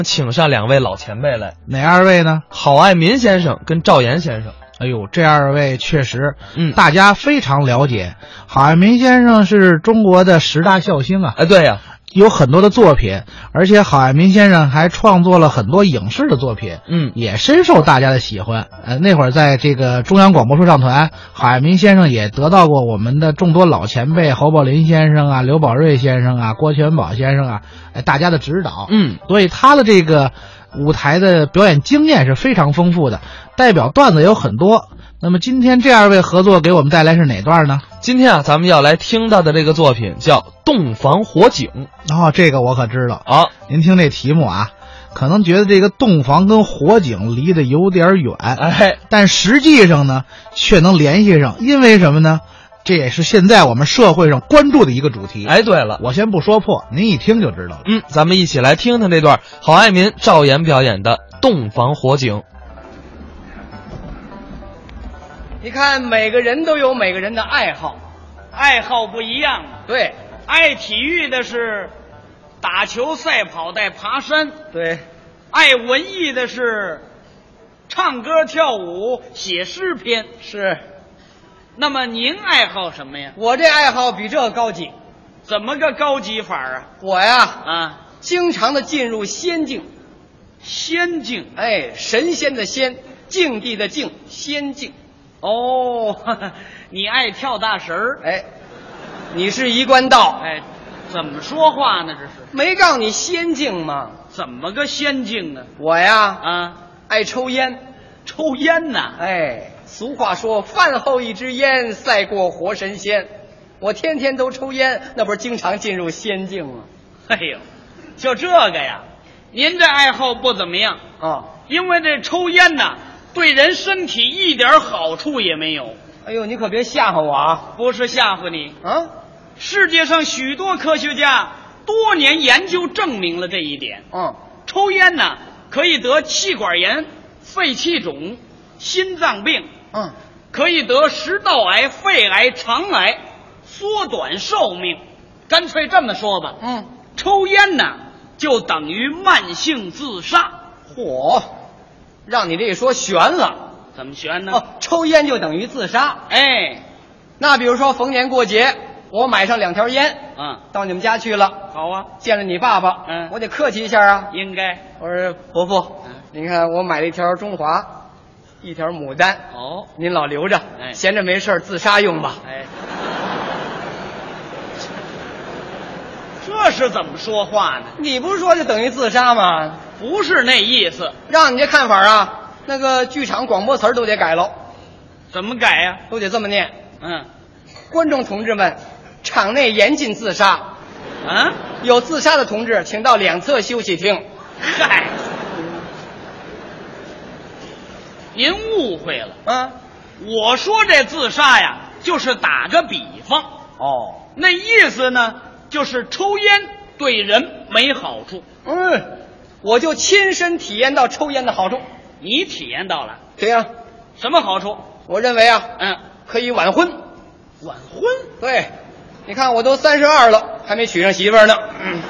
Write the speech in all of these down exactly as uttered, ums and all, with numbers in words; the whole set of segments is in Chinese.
请上两位老前辈来。 哪二位呢？ 郝爱民先生跟赵岩先生。 哎呦，这二位确实， 嗯， 大家非常了解。郝爱民先生是中国的十大笑星啊， 哎，对呀、啊， 有很多的作品，而且郝爱民先生还创作了很多影视的作品， 嗯， 也深受大家的喜欢。呃，那会儿在这个中央广播说唱团，郝爱民先生也得到过我们的众多老前辈侯宝林先生啊、刘宝瑞先生啊、郭全宝先生啊，哎，大家的指导， 嗯， 所以他的这个舞台的表演经验是非常丰富的，代表段子有很多。那么今天这二位合作给我们带来是哪段呢？ 今天啊，咱们要来听到的这个作品叫《洞房火警》。 哦，这个我可知道啊。 您听这题目啊，可能觉得这个洞房跟火警离得有点远， 哎， 但实际上呢，却能联系上。因为什么呢？这也是现在我们社会上关注的一个主题。 哎，对了， 我先不说破，您一听就知道了。 嗯，咱们一起来听听这段郝爱民、赵岩表演的《洞房火警》。 你看，每个人都有每个人的爱好， 爱好不一样。 对， 爱体育的是打球、赛跑、带爬山。 对， 爱文艺的是唱歌、跳舞、写诗篇。 是。 那么您爱好什么呀？ 我这爱好比这高级。 怎么个高级法啊？ 我呀， 啊， 经常的进入仙境。 仙境？ 哎，神仙的仙，境地的境，仙境。 哦，呵呵，你爱跳大神儿？ 哎，你是一贯道？ 哎，怎么说话呢？这是没告诉你仙境吗？ 怎么个仙境呢？ 我呀， 啊， 爱抽烟， 抽烟呐。 哎，俗话说，饭后一支烟，赛过活神仙。我天天都抽烟，那不是经常进入仙境吗？ 哎呦，就这个呀，您这爱好不怎么样啊、哦， 因为这抽烟呐。对人身体一点好处也没有。 哎呦，你可别吓唬我啊！ 不是吓唬你啊！ 世界上许多科学家多年研究证明了这一点。 嗯， 抽烟呢可以得气管炎、肺气肿、心脏病。 嗯， 可以得食道癌、肺癌、肠癌，缩短寿命。干脆这么说吧， 嗯， 抽烟呢就等于慢性自杀。 嚯！让你这一说悬了。 怎么悬呢？ 哦，抽烟就等于自杀。 哎， 那比如说逢年过节，我买上两条烟， 嗯， 到你们家去了。 好啊， 见了你爸爸， 嗯， 我得客气一下啊。 应该。 我说伯父， 嗯， 您看我买了一条中华，一条牡丹。 哦， 您老留着， 哎， 闲着没事自杀用吧。 哎，这是怎么说话呢？ 你不是说就等于自杀吗？ 不是那意思， 让你这看法啊，那个剧场广播词儿都得改喽。 怎么改呀、 啊？都得这么念。 嗯， 观众同志们，场内严禁自杀。 啊， 有自杀的同志，请到两侧休息厅。 嗨，您误会了。 啊， 我说这自杀呀，就是打个比方。 哦， 那意思呢，就是抽烟对人没好处。 嗯。我就亲身体验到抽烟的好处。 你体验到了？ 对呀、啊。 什么好处？ 我认为啊， 嗯， 可以晚婚。 晚婚？ 对，你看我都三十二了，还没娶上媳妇儿呢。嗯。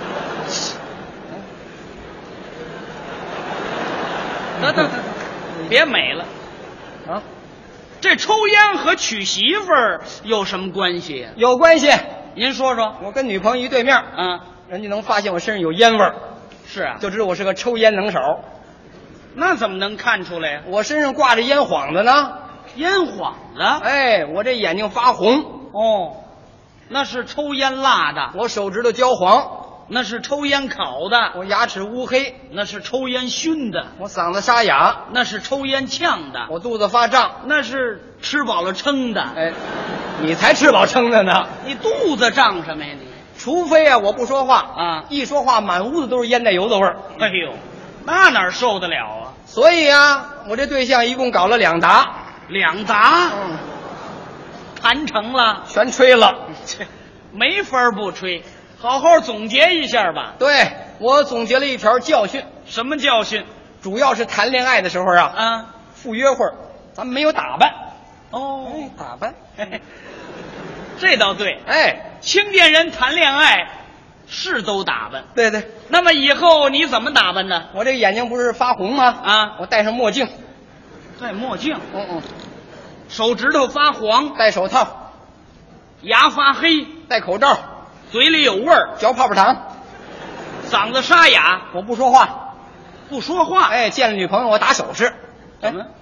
得得得，别美了。 啊， 这抽烟和娶媳妇儿有什么关系呀？ 有关系。 您说说。 我跟女朋友一对面， 嗯， 人家能发现我身上有烟味儿。 是啊， 就知道我是个抽烟能手。 那怎么能看出来呀？ 我身上挂着烟幌子呢。 烟幌子？ 哎，我这眼睛发红。 哦，那是抽烟辣的。 我手指头焦黄。 那是抽烟烤的。 我牙齿乌黑。 那是抽烟熏的。 我嗓子沙哑。 那是抽烟呛的。 我肚子发胀。 那是吃饱了撑的。 哎，你才吃饱撑的呢。 你肚子胀什么呀你？ 除非啊，我不说话啊， 一说话满屋子都是烟袋油的味儿。 哎呦，那哪受得了啊？ 所以啊，我这对象一共搞了两打， 两打， 嗯， 谈成了， 全吹了， 这没法不吹。好好总结一下吧。 对，我总结了一条教训。 什么教训？ 主要是谈恋爱的时候啊， 啊， 赴约会，咱们没有打扮。 哦， 哎，打扮， 嘿嘿，这倒对。 哎， 青年人谈恋爱是都打扮。 对对， 那么以后你怎么打扮呢？ 我这个眼睛不是发红吗？ 啊， 我戴上墨镜， 戴墨镜， 嗯嗯， 手指头发黄， 戴手套， 牙发黑， 戴口罩， 嘴里有味儿， 嚼泡泡糖， 嗓子沙哑， 我不说话， 不说话。 哎，见了女朋友我打手势， 怎么？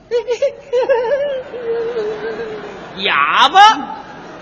哑巴。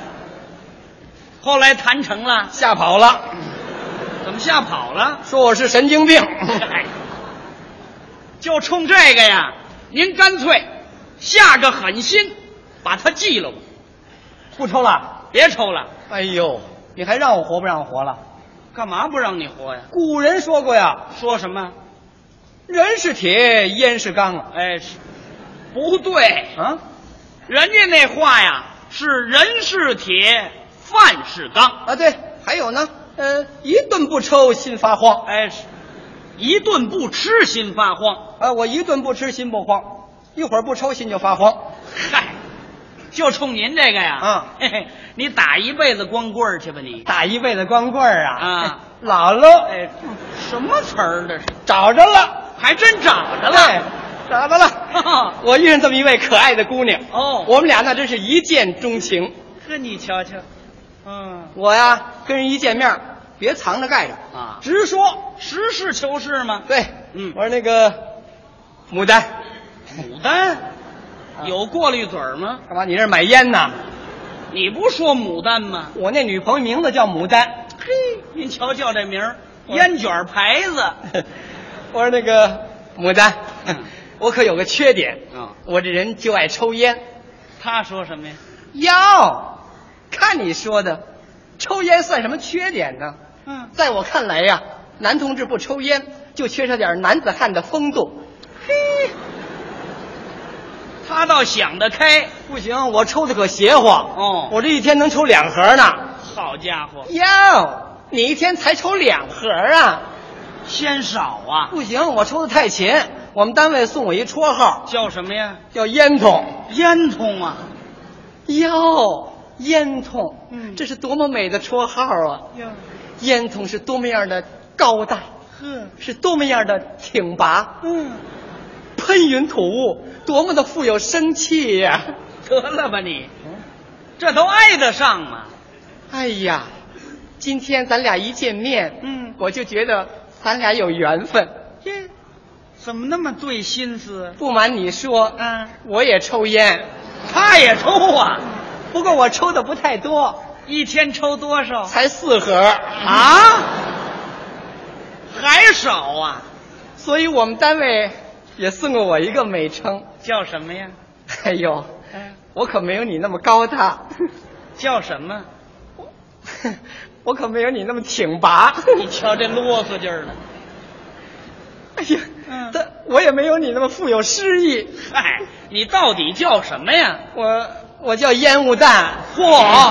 后来谈成了， 吓跑了， 怎么吓跑了？ 说我是神经病。 哎，就冲这个呀，您干脆下个狠心，把他记了吧。 不抽了， 别抽了。 哎呦，你还让我活不让我活了？ 干嘛不让你活呀？ 古人说过呀， 说什么？ 人是铁，烟是钢啊。 哎，是不对啊， 人家那话呀是人是铁，饭是钢啊，对，还有呢，呃，一顿不抽心发慌。 哎，是一顿不吃心发慌。 啊，我一顿不吃心不慌，一会儿不抽心就发慌。 嗨，就冲您这个呀， 啊， 嘿嘿，你打一辈子光棍儿去吧你。 打一辈子光棍儿啊！ 啊， 老喽， 哎，什么词儿这是？ 找着了， 还真找着对了。 找着了。我遇上这么一位可爱的姑娘， 哦， 我们俩那真是一见钟情。 呵，你瞧瞧，嗯， 我呀，跟人一见面，别藏着盖着啊， 直说， 实事求是吗？ 对， 嗯我说那个牡丹， 牡丹有过滤嘴儿吗？ 干嘛？你这是买烟呐？ 你不说牡丹吗？ 我那女朋友名字叫牡丹。 嘿，您瞧叫这名儿， 我烟卷牌子。 我说那个牡丹， 嗯我可有个缺点， 嗯我这人就爱抽烟。 他说什么呀？ 哟，看你说的，抽烟算什么缺点呢？ 嗯， 在我看来呀，男同志不抽烟就缺少点男子汉的风度。 嘿，他倒想得开。 不行，我抽的可邪乎哦我这一天能抽两盒呢。 好家伙， 哟，你一天才抽两盒啊？ 嫌少啊？ 不行，我抽的太勤。我们单位送我一绰号， 叫什么呀？ 叫烟筒。 烟筒啊。 哟，烟筒， 嗯这是多么美的绰号啊！ 哟， 烟筒是多么样的高大， 呵， 是多么样的挺拔， 嗯， 喷云吐雾，多么的富有生气呀、 得了吧你，这都挨得上吗？ 哎呀，今天咱俩一见面， 嗯我就觉得咱俩有缘分。 耶，怎么那么对心思？ 不瞒你说， 嗯， 我也抽烟， 他也抽啊？ 不过我抽的不太多， 一天抽多少？ 才四盒啊？还少啊？ 所以我们单位也送过我一个美称。 叫什么呀？ 哎呦， 嗯， 我可没有你那么高大， 叫什么？ 我可没有你那么挺拔。 你瞧这啰嗦劲儿了。 哎呀， 嗯但我也没有你那么富有诗意。 嗨，你到底叫什么呀？ 我我叫烟雾弹。 嚯，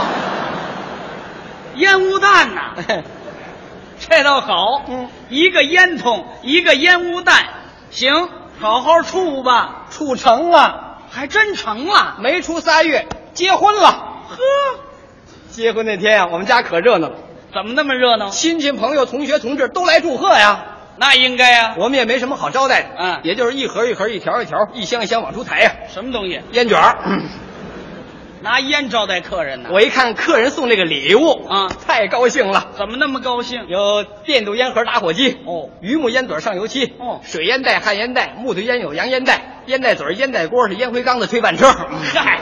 烟雾弹呐、这倒好。 嗯， 一个烟筒，一个烟雾弹，行，好好处吧。 处成了， 还真成了。 没出仨月结婚了。 呵， 结婚那天呀、我们家可热闹了， 怎么那么热闹？ 亲戚朋友、同学、同志都来祝贺呀。 那应该呀、 我们也没什么好招待的， 嗯也就是一盒一盒、一条一条、一箱一箱往出抬呀。 什么东西？ 烟卷儿， 拿烟招待客人呢？ 我一看客人送这个礼物啊太高兴了。 怎么那么高兴？ 有电镀烟盒、打火机， 哦榆木烟嘴上油漆， 哦水烟袋、旱烟袋，木头烟有洋烟袋，烟袋嘴、烟袋锅是烟灰缸的推板车。 嗨，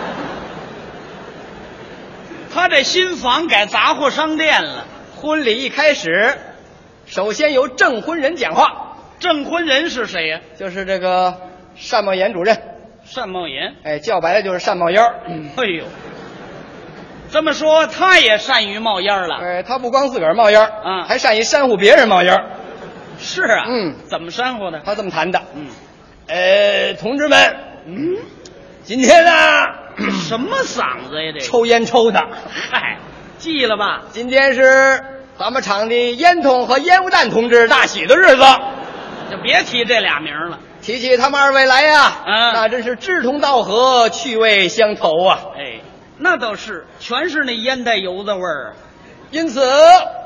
他这新房改杂货商店了。 婚礼一开始，首先由证婚人讲话， 证婚人是谁呀、 就是这个单茂岩主任， 单茂岩。 哎，叫白了就是单冒烟儿。 哎呦，这么说他也善于冒烟了。 哎，他不光自个儿冒烟儿， 嗯还善于煽乎别人冒烟儿。 是啊， 嗯， 怎么煽乎的？ 他这么谈的， 嗯呃，同志们， 嗯， 今天呢， 什么嗓子呀？这个抽烟抽的， 嗨，记了吧？ 今天是咱们厂的烟筒和烟雾弹同志大喜的日子。 就别提这俩名了。 提起他们二位来呀， 嗯那真是志同道合，趣味相投啊。 哎，那倒是，全是那烟袋油子味儿啊。 因此，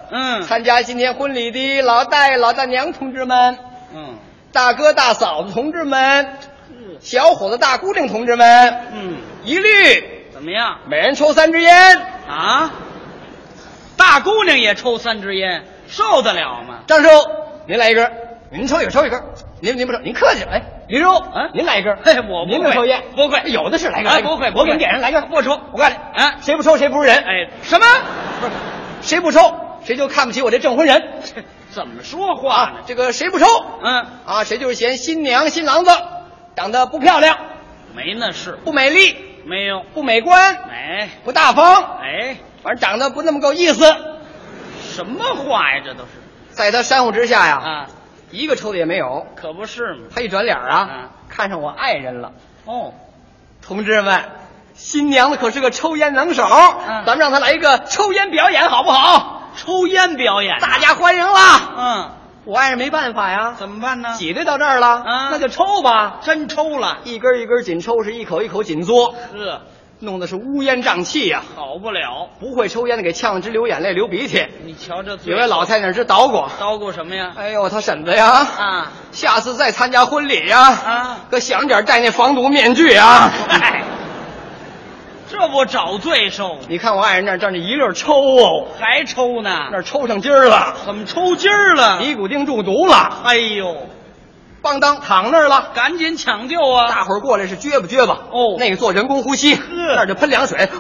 嗯参加今天婚礼的老大爷、老大娘同志们， 嗯大哥大嫂子同志们，小伙子大姑娘同志们， 嗯， 一律怎么样每人抽三支烟。 啊？大姑娘也抽三支烟，受得了吗？ 张叔，您来一根，您抽一根，抽一根。您您不抽，您客气了。哎，李叔， 嗯您来一根。 嘿我不会您不抽烟， 不会有的是来一根。 哎不会不会我给您点上来一根， 不抽我告诉你， 啊谁不抽谁不是人。 哎，什么？ 不是，谁不抽谁就看不起我这证婚人。 怎么说话呢？ 这个谁不抽嗯， 啊，谁就是嫌新娘新郎子长得不漂亮、 没那事， 不美丽、 没有， 不美观、 哎不大方， 哎， 反正长得不那么够意思。 什么话呀？这都是在他山呼之下呀， 啊， 一个抽的也没有。 可不是嘛。 他一转脸啊， 嗯看上我爱人了。 哦， 同志们，新娘子可是个抽烟能手， 嗯咱们让她来一个抽烟表演好不好？ 抽烟表演， 大家欢迎啦！ 嗯， 我爱人没办法呀， 怎么办呢？ 挤兑到这儿了， 嗯那就抽吧。 真抽了， 一根一根紧抽，是一口一口紧嘬， 呵， 弄得是乌烟瘴气呀、 好不了。 不会抽烟的给呛得直流眼泪、流鼻涕。 你瞧这嘴， 有位老太太直捣鼓， 叨咕什么呀？ 哎呦，他婶子呀， 啊下次再参加婚礼呀， 啊， 可想点戴那防毒面具啊。 嗨，这不找罪受？ 你看我爱人那儿站着一溜抽哦， 还抽呢？ 那儿抽上筋儿了， 怎么抽筋儿了？ 尼古丁中毒了， 哎呦， 邦当躺那儿了。 赶紧抢救啊！ 大伙儿过来是撅吧撅吧， 哦那个做人工呼吸，那儿就喷凉水，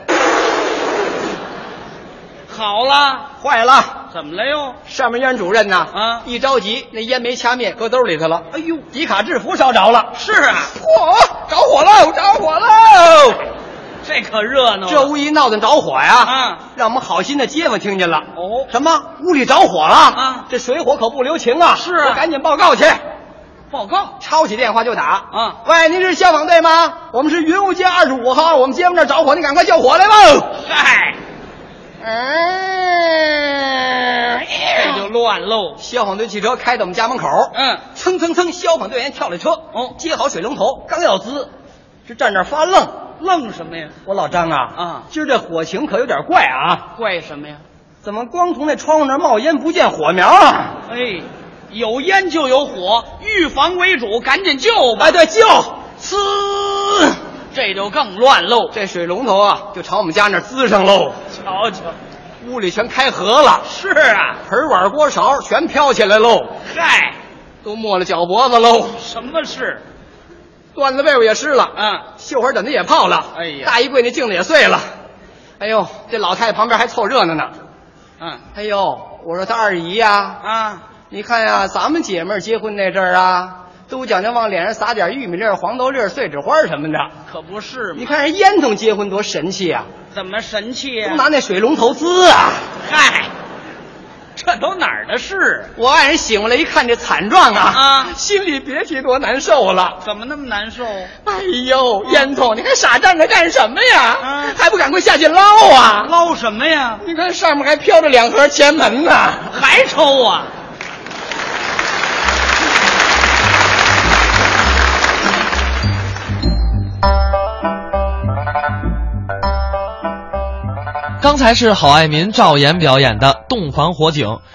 好了， 坏了。 怎么了又？ 上面烟主任呐， 啊一着急那烟没掐灭，搁兜里头了。 哎呦， 迪卡制服烧着了， 是啊， 嚯，着火喽，着火喽！ 这可热闹了。 这屋一闹腾着火呀， 啊， 让我们好心的街坊听见了。 哦什么？屋里着火了？ 啊这水火可不留情啊！ 是啊我赶紧报告去。 报告抄起电话就打。 啊， 喂，您是消防队吗？我们是云雾街二十五号，我们街坊这儿着火，你赶快救火来吧。 嗨， 嗯， 这就乱喽。 消防队汽车开到我们家门口， 嗯， 蹭蹭蹭，消防队员跳了车， 哦接好水龙头，刚要滋，这站那儿发愣。 愣什么呀？ 我老张啊， 啊今儿这火情可有点怪啊， 怪什么呀？ 怎么光从那窗户那儿冒烟，不见火苗啊？ 哎，有烟就有火，预防为主，赶紧救吧。 哎，对，救！呲， 这就更乱喽。 这水龙头啊，就朝我们家那儿滋上喽， 瞧瞧， 屋里全开河了， 是啊， 盆碗锅勺全飘起来喽， 嗨， 都没了脚脖子喽， 什么事？ 缎子被窝也湿了， 嗯， 绣花枕头也泡了， 哎呀大衣柜那镜子也碎了，哎呦，这老太太旁边还凑热闹呢。 嗯哎呦，我说他二姨呀、 啊， 你看呀、咱们姐妹儿结婚那阵儿啊，都讲究往脸上撒点玉米粒儿、黄豆粒儿、碎纸花儿什么的。 可不是嘛？ 你看人烟囱结婚多神气啊， 怎么神气呀、 都拿那水龙头滋啊。 嗨，这都哪儿的事？ 我爱人醒过来一看这惨状啊， 啊心里别提多难受了。 怎么那么难受？ 哎呦，烟囱，你还傻站着干什么呀？ 嗯还不赶快下去捞啊！ 捞什么呀？ 你看上面还飘着两盒前门呢。 还抽啊？ 刚才是郝爱民、赵岩表演的《洞房火警》。